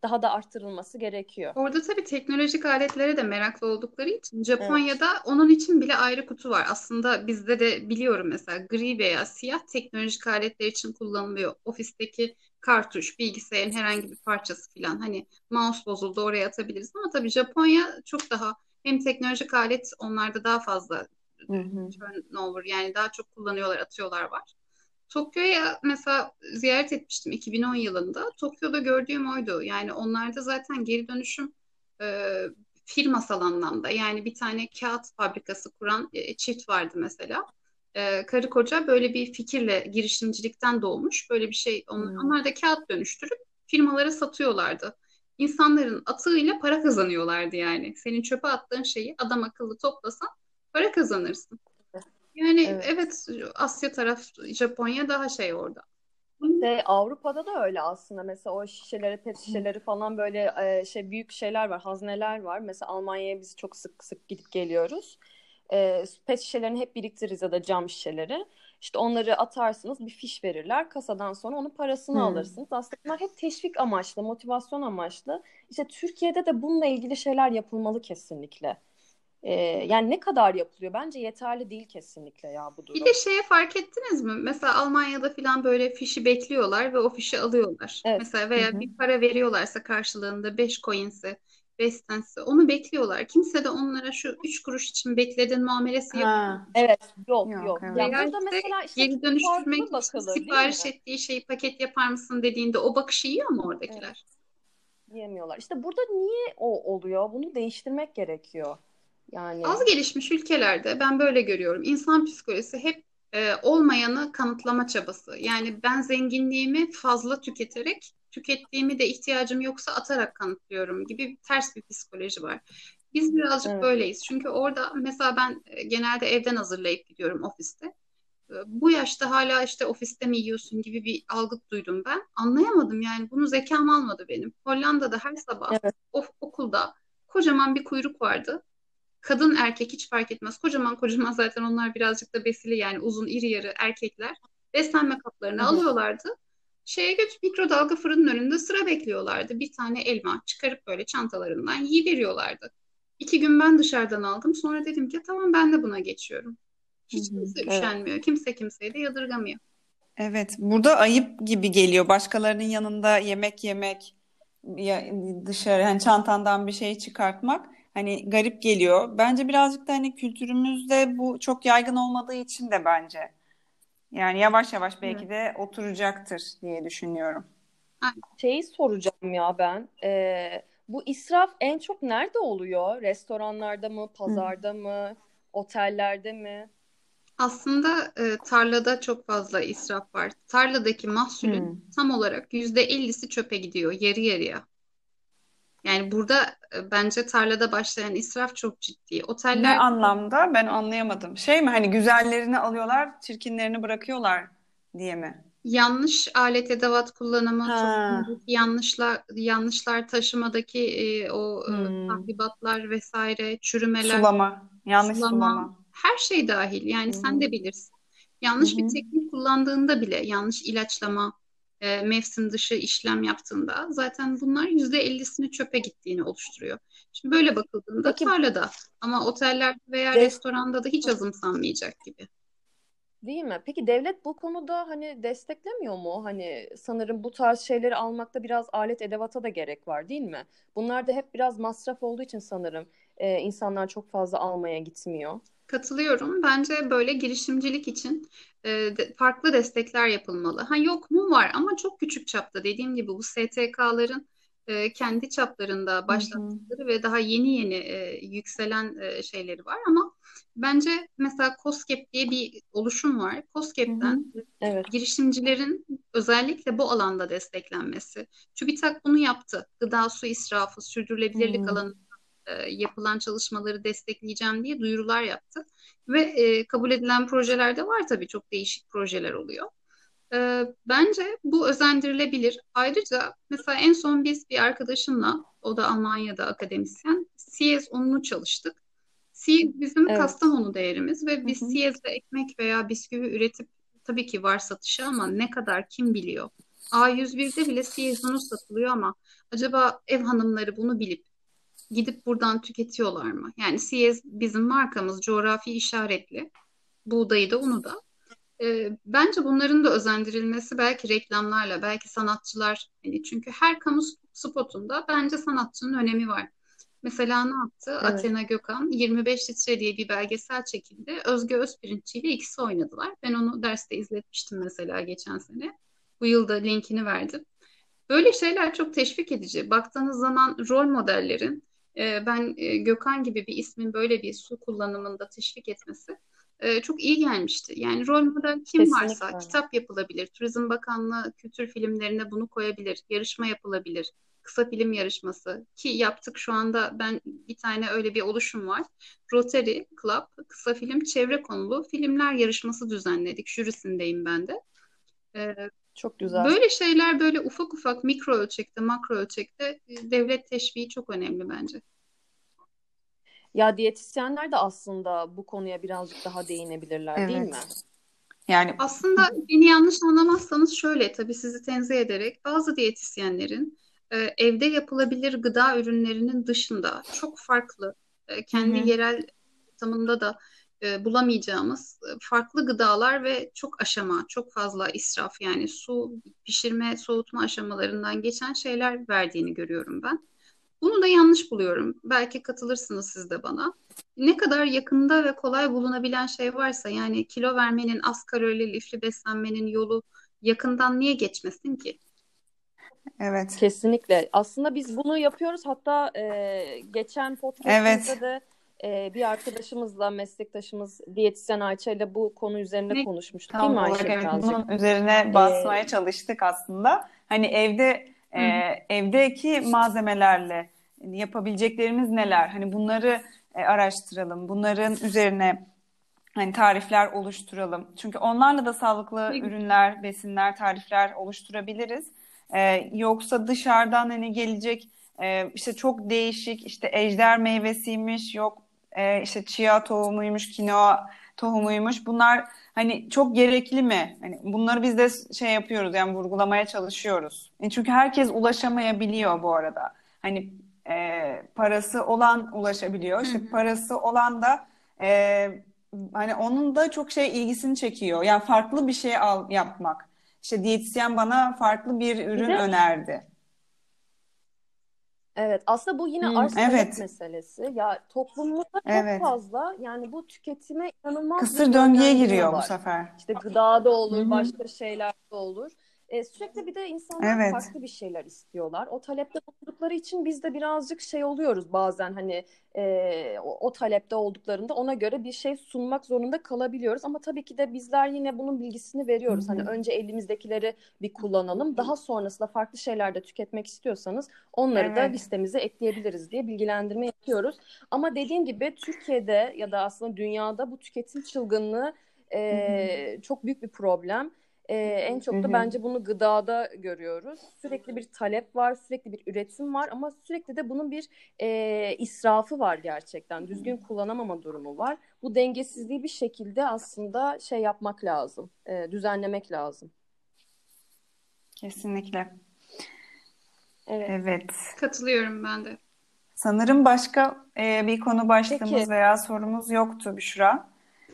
daha da arttırılması gerekiyor. Orada tabii teknolojik aletlere de meraklı oldukları için Evet. Japonya'da onun için bile ayrı kutu var. Aslında bizde de biliyorum mesela gri veya siyah teknolojik aletler için kullanılıyor. Ofisteki kartuş, bilgisayarın herhangi bir parçası falan. Hani mouse bozuldu oraya atabiliriz ama tabii Japonya çok daha hem teknolojik alet onlarda daha fazla Hı hı. turnover yani daha çok kullanıyorlar, atıyorlar var. Tokyo'ya mesela ziyaret etmiştim iki bin on yılında. Tokyo'da gördüğüm oydu. Yani onlarda zaten geri dönüşüm e, firmasal anlamda. Yani bir tane kağıt fabrikası kuran e, çift vardı mesela. E, karı koca böyle bir fikirle girişimcilikten doğmuş. Böyle bir şey. Onlar, Hı. onlar da kağıt dönüştürüp firmalara satıyorlardı. İnsanların atığıyla para kazanıyorlardı yani. Senin çöpe attığın şeyi adam akıllı toplasan para kazanırsın. Yani Evet. evet Asya taraf Japonya daha şey orada. Şey, Avrupa'da da öyle aslında. Mesela o şişeleri, pet şişeleri falan böyle e, şey büyük şeyler var, hazneler var. Mesela Almanya'ya biz çok sık sık gidip geliyoruz. E, pet şişelerini hep biriktiririz ya da cam şişeleri. İşte onları atarsınız, bir fiş verirler. Kasadan sonra onun parasını Hı. alırsınız. Aslında bunlar hep teşvik amaçlı, motivasyon amaçlı. İşte Türkiye'de de bununla ilgili şeyler yapılmalı kesinlikle. E, yani ne kadar yapılıyor? Bence yeterli değil kesinlikle ya bu Bir durum. de şeye fark ettiniz mi? Mesela Almanya'da falan böyle fişi bekliyorlar ve o fişi alıyorlar. Evet. Mesela Hı veya hı. bir para veriyorlarsa karşılığında beş coin'se, beş cent'se onu bekliyorlar. Kimse de onlara şu üç kuruş için bekledin muamelesi yok. Ha, Evet, yok yok yok. Ya evet. Veya burada işte mesela işte geri çok dönüştürmek farklı için bakılır değil mi? sipariş ettiği şeyi paket yapar mısın dediğinde o bakışı yiyor mu Evet, oradakiler? diyemiyorlar. İşte burada niye o oluyor? Bunu değiştirmek gerekiyor. Az Yani gelişmiş ülkelerde ben böyle görüyorum. İnsan psikolojisi hep e, olmayanı kanıtlama çabası. Yani ben zenginliğimi fazla tüketerek, tükettiğimi de ihtiyacım yoksa atarak kanıtlıyorum gibi bir ters bir psikoloji var. Biz birazcık evet. böyleyiz. Çünkü orada mesela ben e, genelde evden hazırlayıp gidiyorum ofiste. E, Bu yaşta hala işte ofiste mi yiyorsun gibi bir algı duydum ben. Anlayamadım yani bunu zekam almadı benim. Hollanda'da her sabah Evet. of, okulda kocaman bir kuyruk vardı. Kadın erkek hiç fark etmez. Kocaman kocaman zaten onlar birazcık da besili yani uzun iri yarı erkekler. Beslenme Hı kaplarını hı. alıyorlardı. Şeye götür mikrodalga fırının önünde sıra bekliyorlardı. Bir tane elma çıkarıp böyle çantalarından yiyiveriyorlardı. İki gün ben dışarıdan aldım. Sonra dedim ki tamam ben de buna geçiyorum. Hı Hiç hı. kimse Evet. üşenmiyor. Kimse kimseyi de yadırgamıyor. Evet, burada ayıp gibi geliyor. Başkalarının yanında yemek yemek, ya dışarı hani çantandan bir şey çıkartmak hani garip geliyor. Bence birazcık da hani kültürümüzde bu çok yaygın olmadığı için de bence. Yani yavaş yavaş Evet. belki de oturacaktır diye düşünüyorum. Şeyi soracağım ya ben. Ee, bu israf en çok nerede oluyor? Restoranlarda mı, Hı. pazarda mı, otellerde mi? Aslında e, tarlada çok fazla israf var. Tarladaki mahsulün Hı. tam olarak yüzde ellisi çöpe gidiyor, yarı yarıya. Yani burada e, bence tarlada başlayan israf çok ciddi. Ne Oteller anlamda? Ben anlayamadım. Şey mi hani güzellerini alıyorlar, çirkinlerini bırakıyorlar diye mi? yanlış alet edevat kullanımı, Ha. toplumdaki yanlışlar, yanlışlar taşımadaki e, o e, Hmm. tahribatlar vesaire, çürümeler, Sulama. Yanlış sulama, sulama. her şey dahil. Hı Yani sen hı. de bilirsin. Hı Yanlış bir hı. teknik kullandığında bile, yanlış ilaçlama, e, mevsim dışı işlem yaptığında zaten bunlar yüzde ellisini çöpe gittiğini oluşturuyor. Şimdi böyle bakıldığında Peki tarlada ama otellerde veya des restoranda da hiç azımsanmayacak gibi. değil mi? Peki devlet bu konuda hani desteklemiyor mu? Hani sanırım bu tarz şeyleri almakta biraz alet edevata da gerek var, değil mi? Bunlar da hep biraz masraf olduğu için sanırım e, insanlar çok fazla almaya gitmiyor. Katılıyorum. Bence böyle girişimcilik için e, de- farklı destekler yapılmalı. Ha yok mu var ama çok küçük çapta. Dediğim gibi bu S T K'ların e, kendi çaplarında Hı hı. başlattıkları ve daha yeni yeni e, yükselen e, şeyleri var ama bence mesela KOSGEB diye bir oluşum var. Hı hı. KOSGEB'ten Evet. girişimcilerin özellikle bu alanda desteklenmesi. TÜBİTAK bunu yaptı. Gıda su israfı, sürdürülebilirlik Hı. alanında e, yapılan çalışmaları destekleyeceğim diye duyurular yaptı. Ve e, kabul edilen projeler de var tabii çok değişik projeler oluyor. E, bence bu özendirilebilir. Ayrıca mesela en son biz bir arkadaşımla, o da Almanya'da akademisyen, Siyez ununu çalıştık. Siyez bizim Evet. Kastamonu değerimiz ve Hı biz hı. Siyez'de ekmek veya bisküvi üretip tabii ki var satışı ama ne kadar kim biliyor? A yüz birde bile Season'u satılıyor ama acaba ev hanımları bunu bilip gidip buradan tüketiyorlar mı? Yani Siyez bizim markamız, coğrafi işaretli. Buğdayı da unu da. Ee, bence bunların da özendirilmesi belki reklamlarla, belki sanatçılar, hani çünkü her kamu spotunda bence sanatçının önemi var. Mesela ne yaptı? Evet. Athena Gökhan yirmi beş litre diye bir belgesel çekildi. Özge Özpirinççi ile ikisi oynadılar. Ben onu derste izletmiştim mesela geçen sene. Bu yılda linkini verdim. Böyle şeyler çok teşvik edici. Baktığınız zaman rol modellerin e, ben e, Gökhan gibi bir ismin böyle bir su kullanımında teşvik etmesi e, çok iyi gelmişti. Yani rol model kim varsa Kesinlikle. kitap yapılabilir. Turizm Bakanlığı kültür filmlerine bunu koyabilir. Yarışma yapılabilir. Kısa film yarışması ki yaptık şu anda ben bir tane öyle bir oluşum var. Rotary Club kısa film çevre konulu filmler yarışması düzenledik. Jürisindeyim ben de. E, Çok güzel. Böyle şeyler böyle ufak ufak mikro ölçekte, makro ölçekte e, devlet teşviği çok önemli bence. Ya diyetisyenler de aslında bu konuya birazcık daha değinebilirler, değil mi? Evet. Yani Aslında beni yanlış anlamazsanız şöyle, tabii sizi tenzih ederek bazı diyetisyenlerin e, evde yapılabilir gıda ürünlerinin dışında çok farklı, e, hı kendi hı. yerel ortamında da e, bulamayacağımız e, farklı gıdalar ve çok aşama, çok fazla israf yani su, pişirme, soğutma aşamalarından geçen şeyler verdiğini görüyorum ben. Bunu da yanlış buluyorum. Belki katılırsınız siz de bana. Ne kadar yakında ve kolay bulunabilen şey varsa yani kilo vermenin, az kalorili, lifli beslenmenin yolu yakından niye geçmesin ki? Evet. Kesinlikle. Aslında biz bunu yapıyoruz. Hatta e, geçen podcastimizde Evet. de e, bir arkadaşımızla, meslektaşımız diyetisyen Ayça ile bu konu üzerine Ne konuşmuştuk, değil Tam mi olarak Ayşe evet birazcık? bunun üzerine E, basmaya çalıştık aslında. Hani evde e, Hı hı. evdeki malzemelerle yapabileceklerimiz neler? Hani bunları e, araştıralım. Bunların üzerine hani tarifler oluşturalım. Çünkü onlarla da sağlıklı Ne güzel. ürünler, besinler, tarifler oluşturabiliriz. Ee, yoksa dışarıdan hani gelecek e, işte çok değişik işte ejder meyvesiymiş, yok e, işte chia tohumuymuş, kinoa tohumuymuş. Bunlar hani çok gerekli mi? Hani bunları biz de şey yapıyoruz yani vurgulamaya çalışıyoruz. E, çünkü herkes ulaşamayabiliyor bu arada. Hani e, parası olan ulaşabiliyor. Hı İşte hı. parası olan da e, hani onun da çok şey ilgisini çekiyor. Yani farklı bir şey al yapmak. İşte diyetisyen bana farklı bir bir ürün de önerdi. evet, aslında bu yine Hı. arz talep Evet, meselesi. Ya toplumumuzda çok evet. fazla yani bu tüketime inanılmaz bir Kısır döngüye yönlendirme giriyor bu var. sefer. İşte gıdada Hı olur, hı. başka şeylerde olur. E, sürekli bir de insanlar Evet. farklı bir şeyler istiyorlar. O talepte oldukları için biz de birazcık şey oluyoruz bazen hani e, o, o talepte olduklarında ona göre bir şey sunmak zorunda kalabiliyoruz. Ama tabii ki de bizler yine bunun bilgisini Hı veriyoruz. Hani hı. önce elimizdekileri bir kullanalım. Daha sonrasında farklı şeyler de tüketmek istiyorsanız onları da Evet. listemize ekleyebiliriz diye bilgilendirme yapıyoruz. Ama dediğim gibi Türkiye'de ya da aslında dünyada bu tüketim çılgınlığı Hı hı. e, çok büyük bir problem. E, en Hı çok da hı. bence bunu gıdada görüyoruz. Sürekli bir talep var, sürekli bir üretim var ama sürekli de bunun bir e, israfı var gerçekten. Düzgün kullanamama durumu var. Bu dengesizliği bir şekilde aslında şey yapmak lazım, e, düzenlemek lazım. Kesinlikle. Evet. Evet. Katılıyorum ben de. Sanırım başka e, bir konu Peki. başlığımız veya sorumuz yoktu Büşra.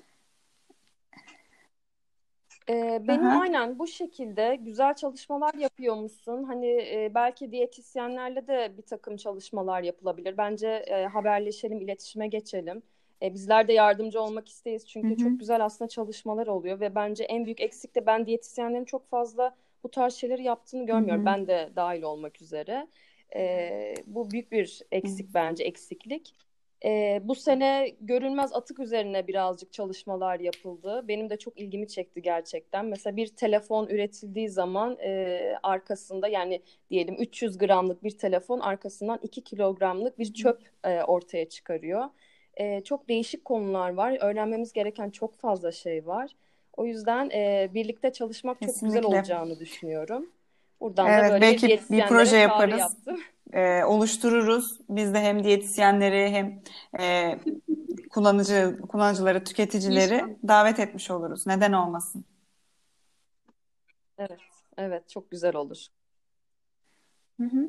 Ee, Hı benim hı. aynen bu şekilde güzel çalışmalar yapıyormuşsun. Hani e, belki diyetisyenlerle de bir takım çalışmalar yapılabilir. Bence e, haberleşelim, iletişime geçelim. E, bizler de yardımcı olmak isteyiz Hı çünkü hı. çok güzel aslında çalışmalar oluyor ve bence en büyük eksik de ben diyetisyenlerin çok fazla bu tarz şeyleri yaptığını Hı görmüyorum. hı. Ben de dahil olmak üzere. E, bu büyük bir Hı. eksik bence, eksiklik. Ee, bu sene görünmez atık üzerine birazcık çalışmalar yapıldı. Benim de çok ilgimi çekti gerçekten. Mesela bir telefon üretildiği zaman e, arkasında yani diyelim üç yüz gramlık bir telefon arkasından iki kilogramlık bir çöp e, ortaya çıkarıyor. E, çok değişik konular var. Öğrenmemiz gereken çok fazla şey var. O yüzden e, birlikte çalışmak çok güzel Kesinlikle. olacağını düşünüyorum. Buradan da Evet, böyle bir belki bir proje diyetisyenlere çağrı yaparız, yaptım. e, oluştururuz. Biz de hem diyetisyenleri hem e, kullanıcı kullanıcıları, tüketicileri İnşallah. davet etmiş oluruz. Neden olmasın? Evet, Evet, çok güzel olur. Hı hı.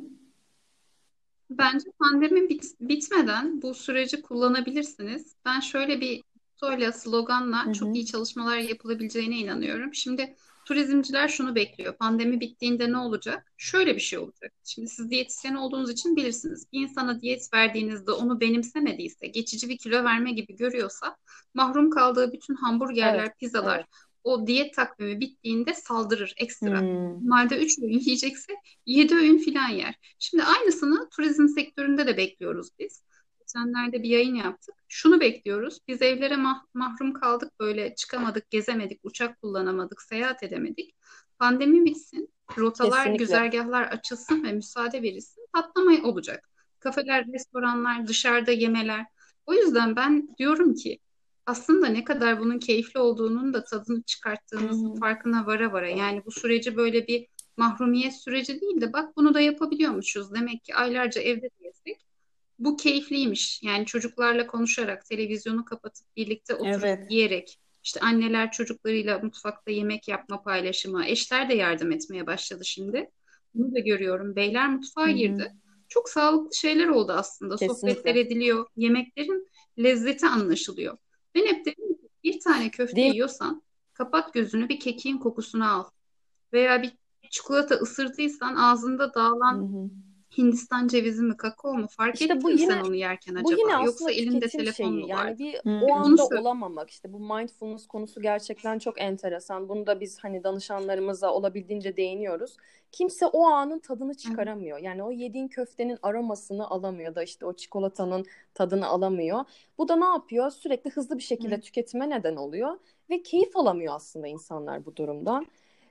Bence pandemi bit- bitmeden bu süreci kullanabilirsiniz. Ben şöyle bir mottoyla, sloganla Hı çok hı. iyi çalışmalar yapılabileceğine inanıyorum. Şimdi turizmciler şunu bekliyor. Pandemi bittiğinde ne olacak? Şöyle bir şey olacak. Şimdi siz diyetisyen olduğunuz için bilirsiniz. Bir insana diyet verdiğinizde onu benimsemediyse, geçici bir kilo verme gibi görüyorsa, mahrum kaldığı bütün Evet, hamburgerler, evet. pizzalar o diyet takvimi bittiğinde saldırır ekstra. Hmm. Normalde üç öğün yiyecekse yedi öğün filan yer. Şimdi aynısını turizm sektöründe de bekliyoruz biz. Geçenlerde bir yayın yaptık. Şunu bekliyoruz. Biz evlere mah- mahrum kaldık, böyle çıkamadık, gezemedik, uçak kullanamadık, seyahat edemedik. Pandemi bitsin, rotalar, Kesinlikle. güzergahlar açılsın ve müsaade verilsin. Patlama olacak. Kafeler, restoranlar, dışarıda yemeler. O yüzden ben diyorum ki aslında ne kadar bunun keyifli olduğunun da tadını Hı çıkarttığımızın hı. farkına vara vara. Yani bu süreci böyle bir mahrumiyet süreci değil de bak bunu da yapabiliyormuşuz. Demek ki aylarca evde de yesek bu keyifliymiş. Yani çocuklarla konuşarak, televizyonu kapatıp birlikte oturup Evet. yiyerek, işte anneler çocuklarıyla mutfakta yemek yapma paylaşımı, eşler de yardım etmeye başladı şimdi. Bunu da görüyorum. Beyler Hı mutfağa hı. girdi. Çok sağlıklı şeyler oldu aslında. Sohbetler Kesinlikle. ediliyor. Yemeklerin lezzeti anlaşılıyor. Ben hep dedim ki bir tane köfte Değil yiyorsan kapat gözünü, bir kekiğin kokusunu al. Veya bir çikolata ısırdıysan ağzında Hı dağılan hı. Hindistan cevizi mi, kakao mu, fark İşte bu ettin mi sen yine onu yerken bu acaba? yine Yoksa aslında elinde tüketim telefon şeyi. mu Yani vardı? bir Hı o Onu anda söyle. olamamak. İşte bu mindfulness konusu gerçekten çok enteresan. Bunu da biz hani danışanlarımıza olabildiğince değiniyoruz. Kimse o anın tadını Evet. çıkaramıyor. Yani o yediğin köftenin aromasını alamıyor da işte o çikolatanın tadını alamıyor. Bu da ne yapıyor? Sürekli hızlı bir şekilde Evet. tüketime neden oluyor ve keyif alamıyor aslında insanlar bu durumdan.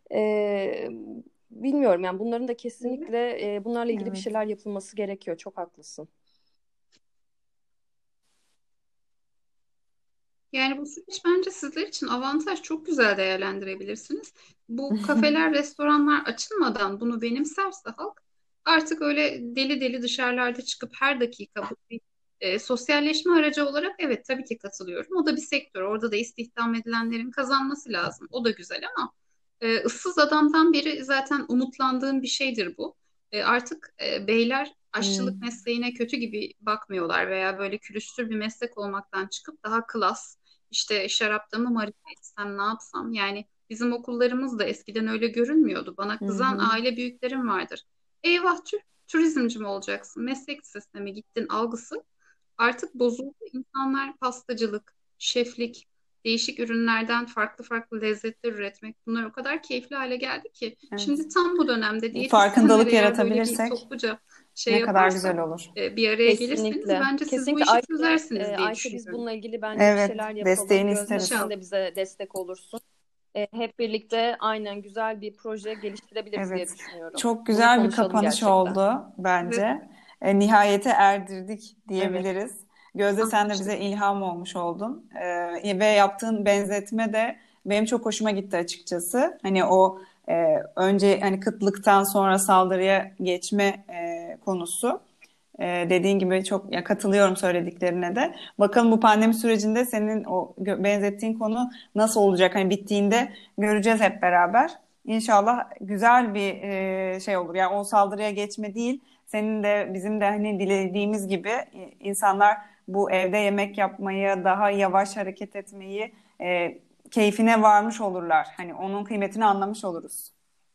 Ee, bilmiyorum yani bunların da kesinlikle e, bunlarla ilgili bir Evet. şeyler yapılması gerekiyor. Çok haklısın. Yani bu süreç bence sizler için avantaj, çok güzel değerlendirebilirsiniz. Bu kafeler, restoranlar açılmadan bunu benimserse halk artık öyle deli deli dışarılarda çıkıp her dakika bu bir e, sosyalleşme aracı olarak, evet tabii ki katılıyorum. O da bir sektör. Orada da istihdam edilenlerin kazanması lazım. O da güzel ama e, ıssız adamdan beri zaten umutlandığım bir şeydir bu. E, artık e, beyler Hı aşçılık mesleğine kötü gibi bakmıyorlar veya böyle külüstür bir meslek olmaktan çıkıp daha klas, işte şarapta mı marine etsem ne yapsam? Yani bizim okullarımız da eskiden öyle görünmüyordu. Bana hı. kızan Hı. aile büyüklerim vardır. Eyvah tüh, turizmci mi olacaksın? Meslek lisesine mi gittin algısı artık bozuldu. İnsanlar pastacılık, şeflik, değişik ürünlerden farklı farklı lezzetler üretmek, bunlar o kadar keyifli hale geldi ki. Evet. Şimdi tam bu dönemde diyetisyenler Farkındalık eğer böyle bir yaratabilirsek topluca şey ne kadar güzel yaparsa, olur. e, bir araya gelirseniz Kesinlikle. bence siz bu Kesinlikle işi Ayşe, e, çözersiniz diye Ayşe biz düşünüyorum. bununla ilgili bence bir Evet. şeyler yapalım. Desteğini Gözde isteriz. sen İnşallah. de bize destek olursun. E, hep birlikte aynen güzel bir proje geliştirebiliriz diye Evet. düşünüyorum. Çok Bunu güzel bir konuşalım kapanış gerçekten. oldu Evet, bence. E, nihayete erdirdik Evet. diyebiliriz. Gözde sen de anlaştık. bize ilham olmuş oldun. E, ve yaptığın benzetme de benim çok hoşuma gitti açıkçası. Hani o e, önce hani kıtlıktan sonra saldırıya geçme e, konusu. Ee, dediğin gibi çok ya katılıyorum söylediklerine de. Bakalım bu pandemi sürecinde senin o gö- benzettiğin konu nasıl olacak? Hani bittiğinde göreceğiz hep beraber. İnşallah güzel bir e, şey olur. Yani o saldırıya geçme değil. Senin de bizim de hani dilediğimiz gibi e, insanlar bu evde yemek yapmayı, daha yavaş hareket etmeyi e, keyfine varmış olurlar. Hani onun kıymetini anlamış oluruz.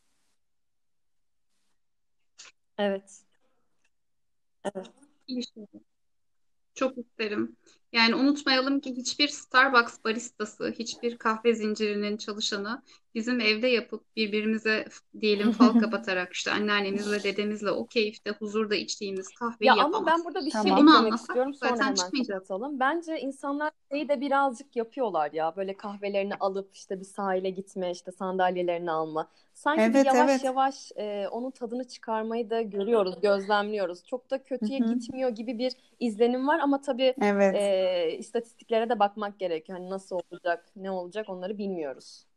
Evet. Evet. İnşallah. Çok isterim. Yani unutmayalım ki hiçbir Starbucks baristası, hiçbir kahve zincirinin çalışanı bizim evde yapıp birbirimize diyelim fal kapatarak işte anneannemizle, dedemizle o keyifte, huzurda içtiğimiz Ya kahveyi ama ben yapamaz. burada bir şey Ki bunu Tamam. eklemek anlasak istiyorum sonra zaten hemen çıkmayacağız. kapatalım. Bence insanlar şeyi de birazcık yapıyorlar ya böyle kahvelerini alıp işte bir sahile gitme işte sandalyelerini alma. Sanki bir Evet, yavaş evet. yavaş e, onun tadını çıkarmayı da görüyoruz, gözlemliyoruz. Çok da Hı kötüye hı. gitmiyor gibi bir izlenim var ama tabii Evet. e, istatistiklere de bakmak gerekiyor. Hani nasıl olacak, ne olacak onları bilmiyoruz.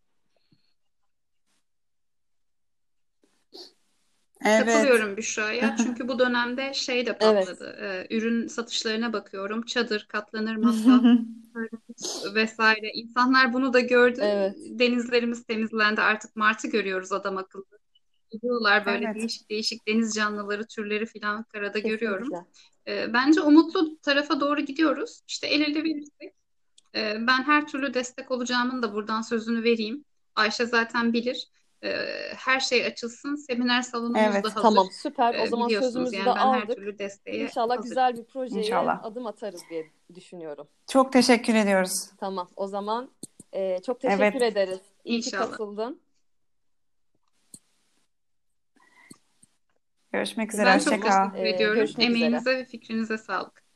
Evet. Katılıyorum Büşra'ya. Çünkü bu dönemde şey de Evet, patladı. Ee, ürün satışlarına bakıyorum. Çadır, katlanır masa vesaire. İnsanlar bunu da gördü. evet. Denizlerimiz temizlendi. Artık martı görüyoruz adam akıllı. Gidiyorlar böyle Evet. değişik değişik deniz canlıları türleri falan karada görüyorum. Kesinlikle. Ee, bence umutlu tarafa doğru gidiyoruz. İşte el ele verirsek e, ben her türlü destek olacağımın da buradan sözünü vereyim. Ayşe zaten bilir. Ee, her şey açılsın. Seminer salonumuz da Evet. hazır. Tamam, süper. O Ee, zaman biliyorsunuz sözümüzü de yani ben her aldık. türlü desteğe İnşallah hazırım. güzel bir projeye İnşallah. adım atarız diye düşünüyorum. Çok teşekkür ediyoruz. Tamam, o zaman e, çok teşekkür Evet. ederiz. İyi ki İnşallah. katıldın. Görüşmek üzere. Ben Hoşça çok kal. teşekkür E, ediyorum. görüşmek üzere. Emeğinize ve fikrinize sağlık.